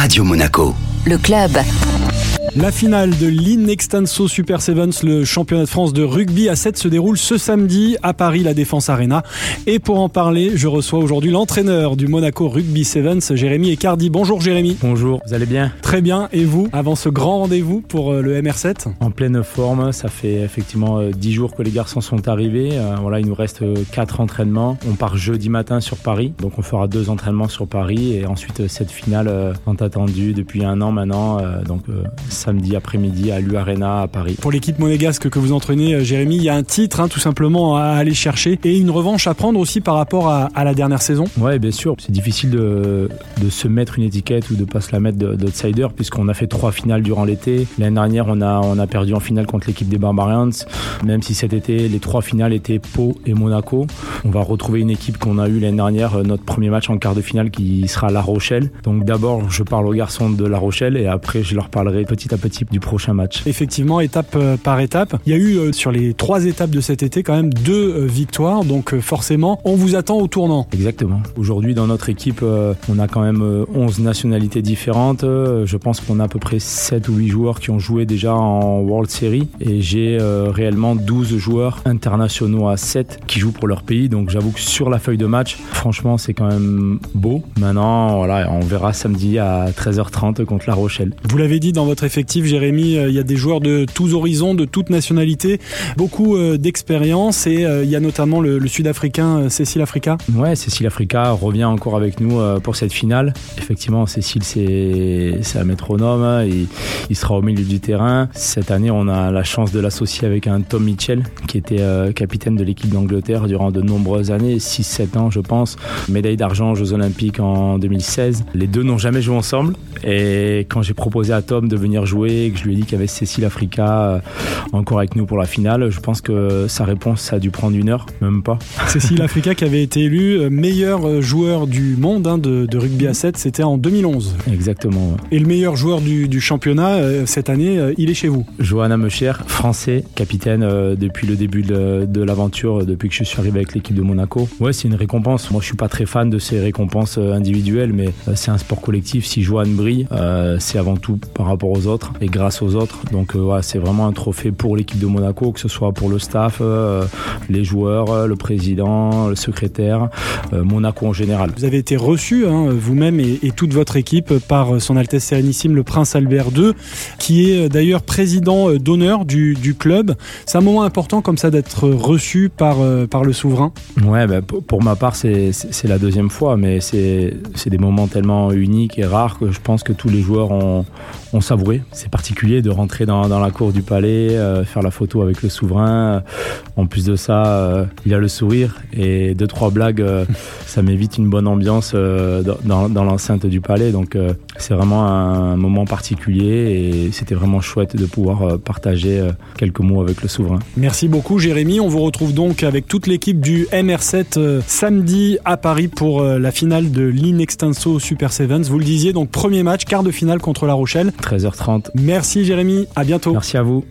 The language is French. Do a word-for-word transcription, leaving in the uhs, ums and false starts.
Radio Monaco. Le club. La finale de l'Inextenso Super Sevens, le championnat de France de rugby à sept, se déroule ce samedi à Paris, la Défense Arena. Et pour en parler, je reçois aujourd'hui l'entraîneur du Monaco Rugby Sevens, Jérémy Ecardi. Bonjour Jérémy. Bonjour, vous allez bien? Très bien, et vous, avant ce grand rendez-vous pour le M R sept? En pleine forme, ça fait effectivement dix jours que les garçons sont arrivés. Euh, voilà, il nous reste quatre entraînements. On part jeudi matin sur Paris, donc on fera deux entraînements sur Paris et ensuite cette finale euh, tant attendue depuis un an maintenant, euh, donc euh, samedi après-midi à l'U Arena à Paris. Pour l'équipe monégasque que vous entraînez, Jérémy, il y a un titre hein, tout simplement à aller chercher et une revanche à prendre aussi par rapport à, à la dernière saison. Ouais, bien sûr. C'est difficile de, de se mettre une étiquette ou de pas se la mettre d'outsider puisqu'on a fait trois finales durant l'été. L'année dernière, on a, on a perdu en finale contre l'équipe des Barbarians. Même si cet été, les trois finales étaient Pau et Monaco. On va retrouver une équipe qu'on a eue l'année dernière, notre premier match en quart de finale qui sera La Rochelle. Donc d'abord, je parle aux garçons de La Rochelle et après, je leur parlerai petit à petit du prochain match. Effectivement, étape par étape. Il y a eu euh, sur les trois étapes de cet été quand même deux euh, victoires, donc euh, forcément, on vous attend au tournant. Exactement. Aujourd'hui, dans notre équipe, euh, on a quand même euh, onze nationalités différentes. Euh, je pense qu'on a à peu près sept ou huit joueurs qui ont joué déjà en World Series et j'ai euh, réellement douze joueurs internationaux à sept qui jouent pour leur pays. Donc j'avoue que sur la feuille de match, franchement, c'est quand même beau. Maintenant, voilà, on verra samedi à treize heures trente contre La Rochelle. Vous l'avez dit, dans votre effectif, Jérémy, il y a des joueurs de tous horizons, de toutes nationalités, beaucoup d'expérience et il y a notamment le, le Sud-Africain Cécile Africa. Ouais, Cécile Africa revient encore avec nous pour cette finale. Effectivement, Cécile, c'est, c'est un métronome, hein, il, il sera au milieu du terrain. Cette année, on a la chance de l'associer avec un Tom Mitchell qui était euh, capitaine de l'équipe d'Angleterre durant de nombreuses années, six sept ans je pense, médaille d'argent aux Jeux Olympiques en deux mille seize. Les deux n'ont jamais joué ensemble et quand j'ai proposé à Tom de venir jouer et que je lui ai dit qu'il y avait Cécile Africa euh, encore avec nous pour la finale, je pense que sa réponse ça a dû prendre une heure, même pas. Cécile Africa qui avait été élue meilleur joueur du monde hein, de, de rugby à sept, c'était en deux mille onze. Exactement. Ouais. Et le meilleur joueur du, du championnat euh, cette année, euh, il est chez vous. Johanna Mecher, français, capitaine euh, depuis le début de, de l'aventure, depuis que je suis arrivé avec l'équipe de Monaco. Ouais, c'est une récompense. Moi, je suis pas très fan de ces récompenses individuelles, mais euh, c'est un sport collectif. Si Johanne brille, euh, c'est avant tout par rapport aux autres et grâce aux autres. Donc, euh, ouais, c'est vraiment un trophée pour l'équipe de Monaco, que ce soit pour le staff, euh, les joueurs, le président, le secrétaire, euh, Monaco en général. Vous avez été reçu, hein, vous-même et, et toute votre équipe, par son Altesse Sérénissime, le Prince Albert deux, qui est d'ailleurs président d'honneur du, du club. C'est un moment important comme ça d'être reçu par, euh, par le souverain. Ouais, bah, pour ma part, c'est, c'est, c'est la deuxième fois, mais c'est, c'est des moments tellement uniques et rares que je pense que tous les joueurs ont, ont savouré. C'est particulier de rentrer dans, dans la cour du palais, euh, faire la photo avec le souverain. En plus de ça, euh, il a le sourire et deux, trois blagues, euh, ça m'évite une bonne ambiance euh, dans, dans l'enceinte du palais. Donc, euh, c'est vraiment un moment particulier et c'était vraiment chouette de pouvoir euh, partager euh, quelques mots avec le souverain. Merci beaucoup Jérémy, on vous retrouve donc avec toute l'équipe du M R sept euh, samedi à Paris pour euh, la finale de l'Inextenso Super Sevens. Vous le disiez, donc premier match, quart de finale contre La Rochelle. treize heures trente. Merci Jérémy, à bientôt. Merci à vous.